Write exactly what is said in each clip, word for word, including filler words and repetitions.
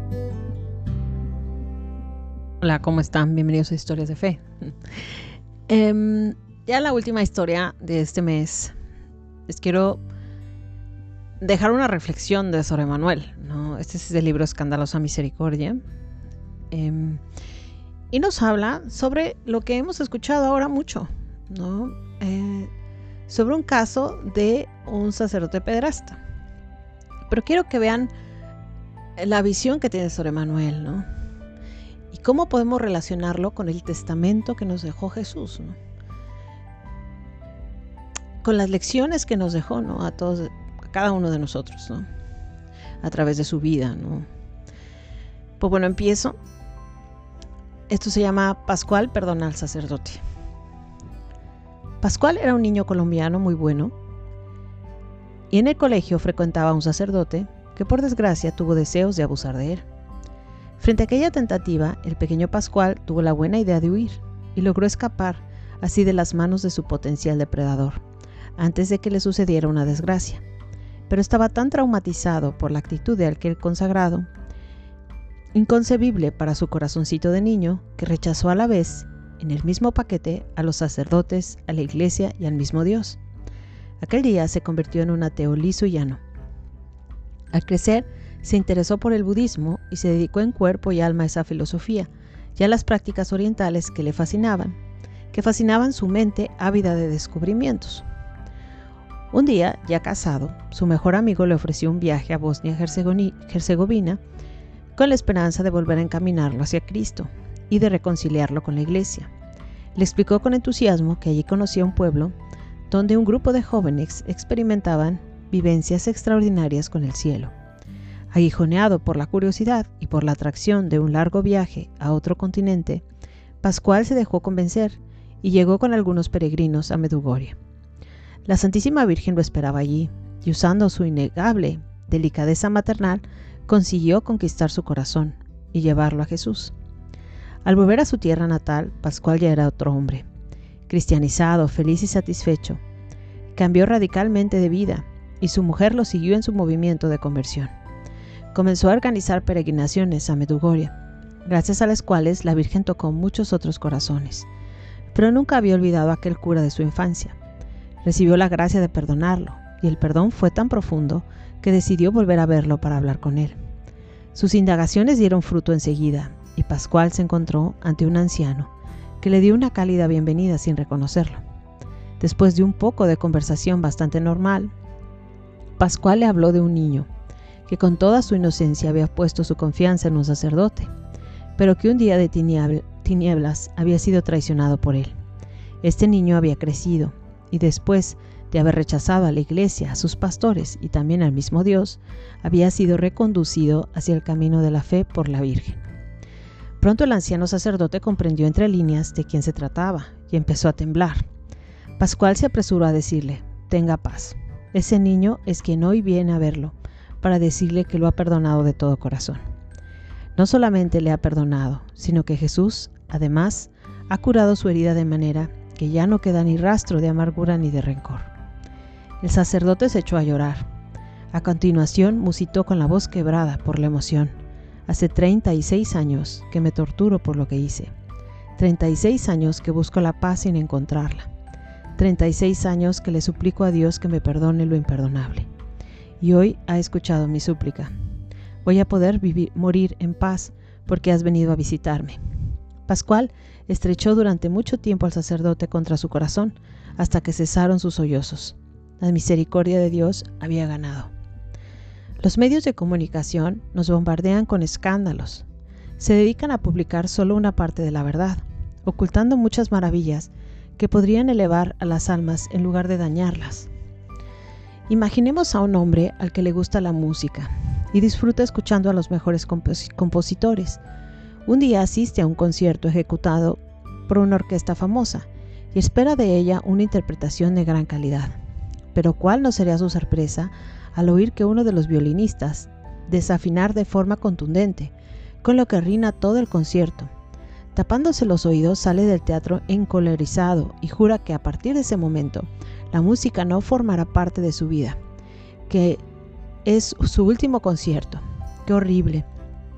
Hola, ¿cómo están? Bienvenidos a Historias de Fe. eh, ya la última historia de este mes, les quiero dejar una reflexión de Sor Emanuel, ¿no? Este es el libro Escandalosa Misericordia. Eh, y nos habla sobre lo que hemos escuchado ahora mucho, ¿no? Eh, sobre un caso de un sacerdote pederasta. Pero quiero que vean la visión que tiene Sor Emanuel, ¿no? Y cómo podemos relacionarlo con el testamento que nos dejó Jesús, ¿no? Con las lecciones que nos dejó, ¿no? A todos, a cada uno de nosotros, ¿no? A través de su vida, ¿no? Pues bueno, empiezo. Esto se llama Pascual perdona al sacerdote. Pascual era un niño colombiano muy bueno y en el colegio frecuentaba a un sacerdote que por desgracia tuvo deseos de abusar de él. Frente a aquella tentativa, el pequeño Pascual tuvo la buena idea de huir y logró escapar así de las manos de su potencial depredador, antes de que le sucediera una desgracia. Pero estaba tan traumatizado por la actitud de aquel consagrado, inconcebible para su corazoncito de niño, que rechazó a la vez, en el mismo paquete, a los sacerdotes, a la iglesia y al mismo Dios. Aquel día se convirtió en un ateo liso y llano. Al crecer, se interesó por el budismo y se dedicó en cuerpo y alma a esa filosofía y a las prácticas orientales que le fascinaban, que fascinaban su mente ávida de descubrimientos. Un día, ya casado, su mejor amigo le ofreció un viaje a Bosnia-Herzegovina con la esperanza de volver a encaminarlo hacia Cristo y de reconciliarlo con la iglesia. Le explicó con entusiasmo que allí conocía un pueblo donde un grupo de jóvenes experimentaban vivencias extraordinarias con el cielo. Aguijoneado por la curiosidad y por la atracción de un largo viaje a otro continente, Pascual se dejó convencer y llegó con algunos peregrinos a Medjugorje. La Santísima Virgen lo esperaba allí y, usando su innegable delicadeza maternal, consiguió conquistar su corazón y llevarlo a Jesús. Al volver a su tierra natal, Pascual ya era otro hombre, cristianizado, feliz y satisfecho. Cambió radicalmente de vida y su mujer lo siguió en su movimiento de conversión. Comenzó a organizar peregrinaciones a Medjugorje, gracias a las cuales la Virgen tocó muchos otros corazones, pero nunca había olvidado a aquel cura de su infancia. Recibió la gracia de perdonarlo, y el perdón fue tan profundo que decidió volver a verlo para hablar con él. Sus indagaciones dieron fruto enseguida, y Pascual se encontró ante un anciano que le dio una cálida bienvenida sin reconocerlo. Después de un poco de conversación bastante normal, Pascual le habló de un niño que con toda su inocencia había puesto su confianza en un sacerdote, pero que un día de tinieblas había sido traicionado por él. Este niño había crecido, y después de haber rechazado a la iglesia, a sus pastores y también al mismo Dios, había sido reconducido hacia el camino de la fe por la Virgen. Pronto el anciano sacerdote comprendió entre líneas de quién se trataba y empezó a temblar. Pascual se apresuró a decirle: «Tenga paz, ese niño es quien hoy viene a verlo, para decirle que lo ha perdonado de todo corazón. No solamente le ha perdonado, sino que Jesús, además, ha curado su herida de manera que ya no queda ni rastro de amargura ni de rencor». El sacerdote se echó a llorar. A continuación musitó con la voz quebrada por la emoción: «Hace treinta y seis años que me torturo por lo que hice. treinta y seis años que busco la paz sin encontrarla. treinta y seis años que le suplico a Dios que me perdone lo imperdonable. Y hoy ha escuchado mi súplica. Voy a poder vivir, morir en paz porque has venido a visitarme». Pascual estrechó durante mucho tiempo al sacerdote contra su corazón hasta que cesaron sus sollozos. La misericordia de Dios había ganado. Los medios de comunicación nos bombardean con escándalos. Se dedican a publicar solo una parte de la verdad, ocultando muchas maravillas que podrían elevar a las almas en lugar de dañarlas. Imaginemos a un hombre al que le gusta la música y disfruta escuchando a los mejores compos- compositores. Un día asiste a un concierto ejecutado por una orquesta famosa y espera de ella una interpretación de gran calidad. Pero ¿cuál no sería su sorpresa al oír que uno de los violinistas desafinar de forma contundente, con lo que arruina todo el concierto? Tapándose los oídos, sale del teatro encolerizado y jura que a partir de ese momento la música no formará parte de su vida, que es su último concierto. ¡Qué horrible!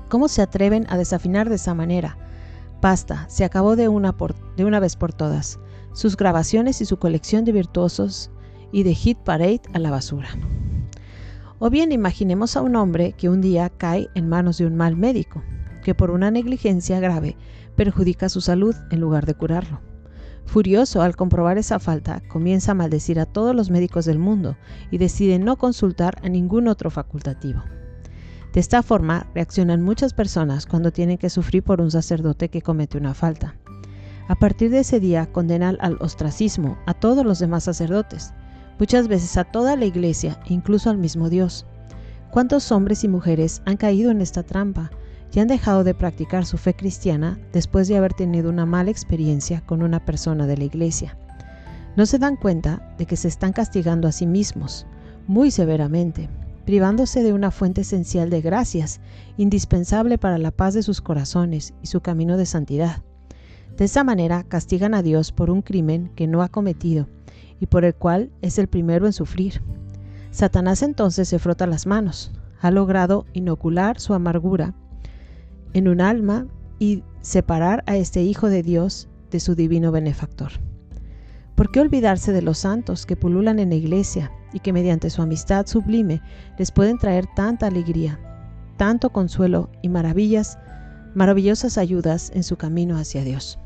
¿Cómo se atreven a desafinar de esa manera? Basta, se acabó de una, por, de una vez por todas. Sus grabaciones y su colección de virtuosos y de hit parade a la basura. O bien imaginemos a un hombre que un día cae en manos de un mal médico, que por una negligencia grave perjudica su salud en lugar de curarlo. Furioso al comprobar esa falta, comienza a maldecir a todos los médicos del mundo y decide no consultar a ningún otro facultativo. De esta forma reaccionan muchas personas cuando tienen que sufrir por un sacerdote que comete una falta. A partir de ese día condenan al ostracismo a todos los demás sacerdotes, muchas veces a toda la iglesia, incluso al mismo Dios. ¿Cuántos hombres y mujeres han caído en esta trampa y han dejado de practicar su fe cristiana después de haber tenido una mala experiencia con una persona de la iglesia? No se dan cuenta de que se están castigando a sí mismos muy severamente, privándose de una fuente esencial de gracias, indispensable para la paz de sus corazones y su camino de santidad. De esa manera castigan a Dios por un crimen que no ha cometido y por el cual es el primero en sufrir. Satanás entonces se frota las manos, ha logrado inocular su amargura en un alma y separar a este Hijo de Dios de su divino benefactor. ¿Por qué olvidarse de los santos que pululan en la iglesia y que mediante su amistad sublime les pueden traer tanta alegría, tanto consuelo y maravillas, maravillosas ayudas en su camino hacia Dios?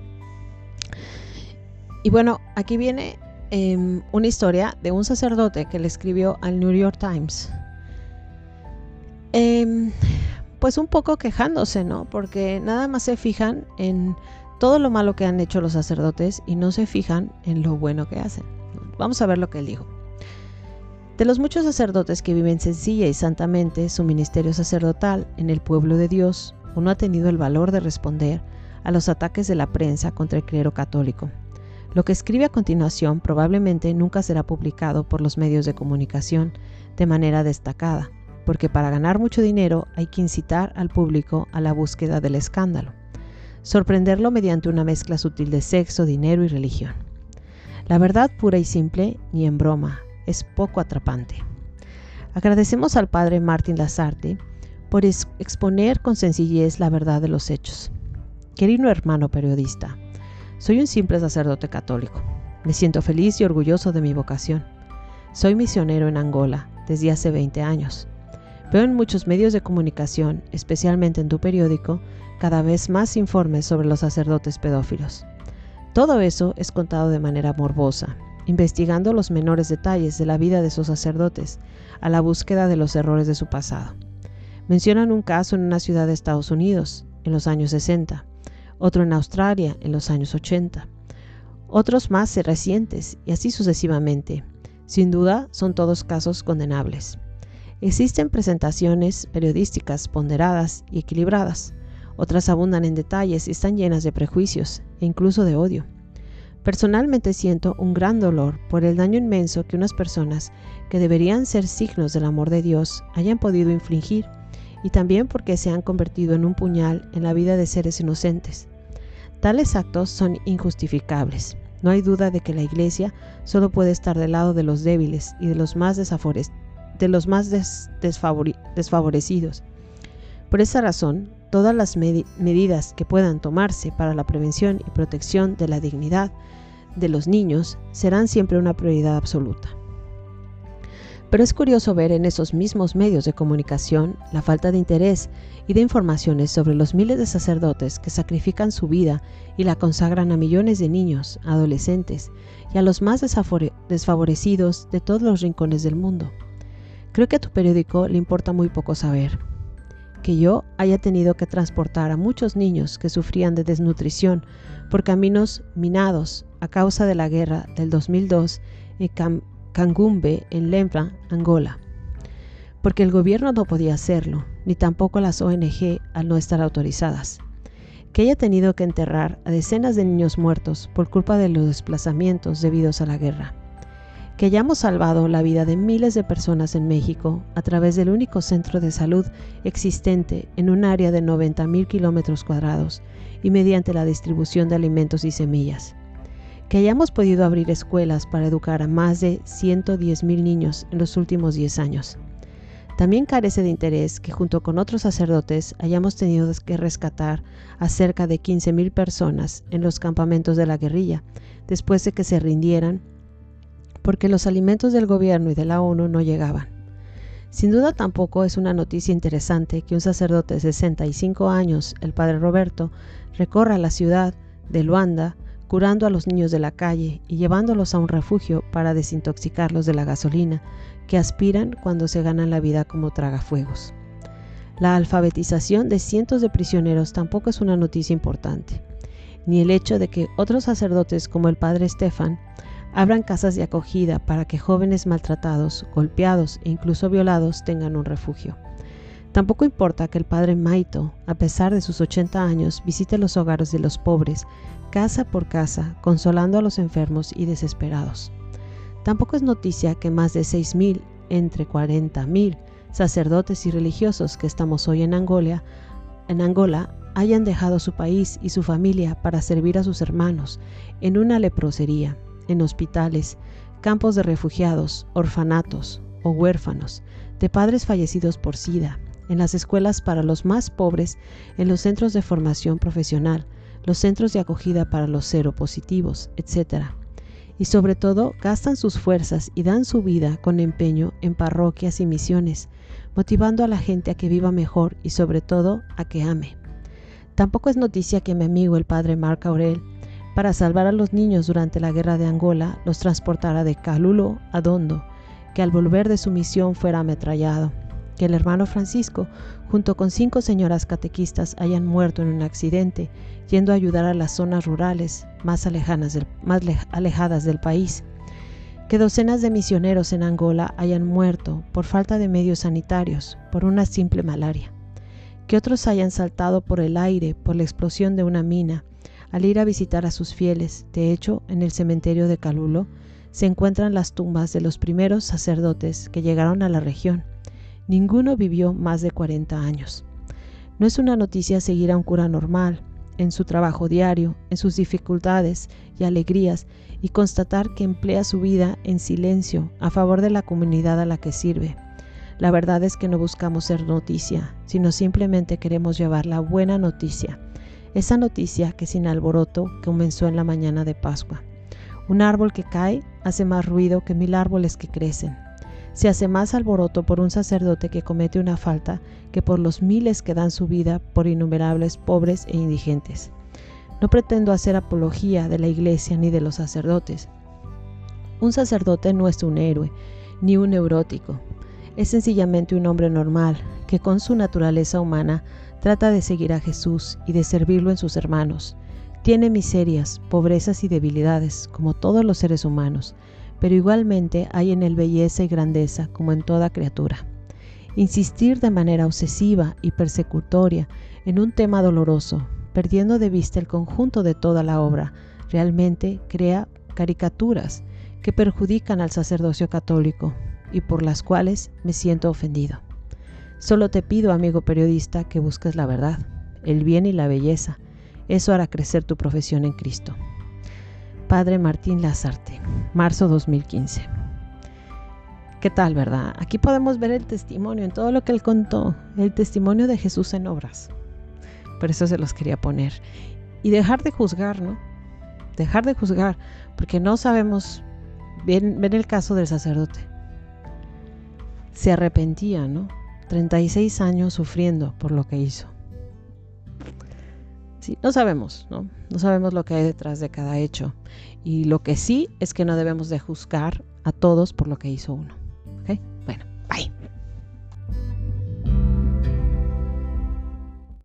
Y bueno, aquí viene eh, una historia de un sacerdote que le escribió al New York Times. Eh, pues un poco quejándose, ¿no? Porque nada más se fijan en todo lo malo que han hecho los sacerdotes y no se fijan en lo bueno que hacen. Vamos a ver lo que él dijo. De los muchos sacerdotes que viven sencilla y santamente su ministerio sacerdotal en el pueblo de Dios, uno ha tenido el valor de responder a los ataques de la prensa contra el clero católico. Lo que escribe a continuación probablemente nunca será publicado por los medios de comunicación de manera destacada, porque para ganar mucho dinero hay que incitar al público a la búsqueda del escándalo, sorprenderlo mediante una mezcla sutil de sexo, dinero y religión. La verdad pura y simple, ni en broma, es poco atrapante. Agradecemos al padre Martin Lasarte por ex- exponer con sencillez la verdad de los hechos. Querido hermano periodista, soy un simple sacerdote católico. Me siento feliz y orgulloso de mi vocación. Soy misionero en Angola desde hace veinte años. Veo en muchos medios de comunicación, especialmente en tu periódico, cada vez más informes sobre los sacerdotes pedófilos. Todo eso es contado de manera morbosa, investigando los menores detalles de la vida de esos sacerdotes, a la búsqueda de los errores de su pasado. Mencionan un caso en una ciudad de Estados Unidos, en los años sesenta, otro en Australia, en los años ochenta, otros más recientes, y así sucesivamente. Sin duda, son todos casos condenables. Existen presentaciones periodísticas ponderadas y equilibradas, otras abundan en detalles y están llenas de prejuicios e incluso de odio. Personalmente siento un gran dolor por el daño inmenso que unas personas que deberían ser signos del amor de Dios hayan podido infligir, y también porque se han convertido en un puñal en la vida de seres inocentes. Tales actos son injustificables. No hay duda de que la Iglesia solo puede estar del lado de los débiles y de los más, desafore- de los más des- desfavore- desfavorecidos. Por esa razón, todas las med- medidas que puedan tomarse para la prevención y protección de la dignidad de los niños serán siempre una prioridad absoluta. Pero es curioso ver en esos mismos medios de comunicación la falta de interés y de informaciones sobre los miles de sacerdotes que sacrifican su vida y la consagran a millones de niños, adolescentes y a los más desfavore- desfavorecidos de todos los rincones del mundo. Creo que a tu periódico le importa muy poco saber que yo haya tenido que transportar a muchos niños que sufrían de desnutrición por caminos minados a causa de la guerra del dos mil dos en Cam- Cangumbe, en Lembra, Angola, porque el gobierno no podía hacerlo, ni tampoco las O N G al no estar autorizadas. Que haya tenido que enterrar a decenas de niños muertos por culpa de los desplazamientos debidos a la guerra. Que hayamos salvado la vida de miles de personas en México a través del único centro de salud existente en un área de noventa mil kilómetros cuadrados y mediante la distribución de alimentos y semillas. Que hayamos podido abrir escuelas para educar a más de ciento diez mil niños en los últimos diez años. También carece de interés que junto con otros sacerdotes hayamos tenido que rescatar a cerca de quince mil personas en los campamentos de la guerrilla, después de que se rindieran, porque los alimentos del gobierno y de la ONU no llegaban. Sin duda tampoco es una noticia interesante que un sacerdote de sesenta y cinco años, el padre Roberto, recorra la ciudad de Luanda, curando a los niños de la calle y llevándolos a un refugio para desintoxicarlos de la gasolina que aspiran cuando se ganan la vida como tragafuegos. La alfabetización de cientos de prisioneros tampoco es una noticia importante, ni el hecho de que otros sacerdotes como el padre Stefan abran casas de acogida para que jóvenes maltratados, golpeados e incluso violados tengan un refugio. Tampoco importa que el padre Maito, a pesar de sus ochenta años, visite los hogares de los pobres, casa por casa, consolando a los enfermos y desesperados. Tampoco es noticia que más de seis mil, entre cuarenta mil, sacerdotes y religiosos que estamos hoy en Angola, en Angola hayan dejado su país y su familia para servir a sus hermanos en una leprosería, en hospitales, campos de refugiados, orfanatos o huérfanos, de padres fallecidos por SIDA, en las escuelas para los más pobres, en los centros de formación profesional, los centros de acogida para los seropositivos, etcétera. Y sobre todo gastan sus fuerzas y dan su vida con empeño en parroquias y misiones, motivando a la gente a que viva mejor y sobre todo a que ame. Tampoco es noticia que mi amigo el padre Marc Aurel, para salvar a los niños durante la guerra de Angola, los transportara de Calulo a Dondo, que al volver de su misión fuera ametrallado, que el hermano Francisco, junto con cinco señoras catequistas, hayan muerto en un accidente, yendo a ayudar a las zonas rurales más, alejadas del, más alejadas del país, que docenas de misioneros en Angola hayan muerto por falta de medios sanitarios, por una simple malaria, que otros hayan saltado por el aire por la explosión de una mina al ir a visitar a sus fieles. De hecho, en el cementerio de Calulo se encuentran las tumbas de los primeros sacerdotes que llegaron a la región. Ninguno vivió más de cuarenta años. No es una noticia seguir a un cura normal, en su trabajo diario, en sus dificultades y alegrías, y constatar que emplea su vida en silencio a favor de la comunidad a la que sirve. La verdad es que no buscamos ser noticia, sino simplemente queremos llevar la buena noticia, esa noticia que sin alboroto comenzó en la mañana de Pascua. Un árbol que cae hace más ruido que mil árboles que crecen. Se hace más alboroto por un sacerdote que comete una falta que por los miles que dan su vida por innumerables pobres e indigentes. No pretendo hacer apología de la iglesia ni de los sacerdotes. Un sacerdote no es un héroe, ni un neurótico. Es sencillamente un hombre normal que con su naturaleza humana trata de seguir a Jesús y de servirlo en sus hermanos. Tiene miserias, pobrezas y debilidades, como todos los seres humanos, pero igualmente hay en él belleza y grandeza como en toda criatura. Insistir de manera obsesiva y persecutoria en un tema doloroso, perdiendo de vista el conjunto de toda la obra, realmente crea caricaturas que perjudican al sacerdocio católico y por las cuales me siento ofendido. Solo te pido, amigo periodista, que busques la verdad, el bien y la belleza. Eso hará crecer tu profesión en Cristo. Padre Martín Lazarte, marzo dos mil quince. ¿Qué tal, verdad? Aquí podemos ver el testimonio en todo lo que él contó, el testimonio de Jesús en obras. Por eso se los quería poner. Y dejar de juzgar, ¿no? Dejar de juzgar, porque no sabemos. Ven, ven el caso del sacerdote. Se arrepentía, ¿no? treinta y seis años sufriendo por lo que hizo. Sí, no sabemos, ¿no? No sabemos lo que hay detrás de cada hecho. Y lo que sí es que no debemos de juzgar a todos por lo que hizo uno. ¿Okay?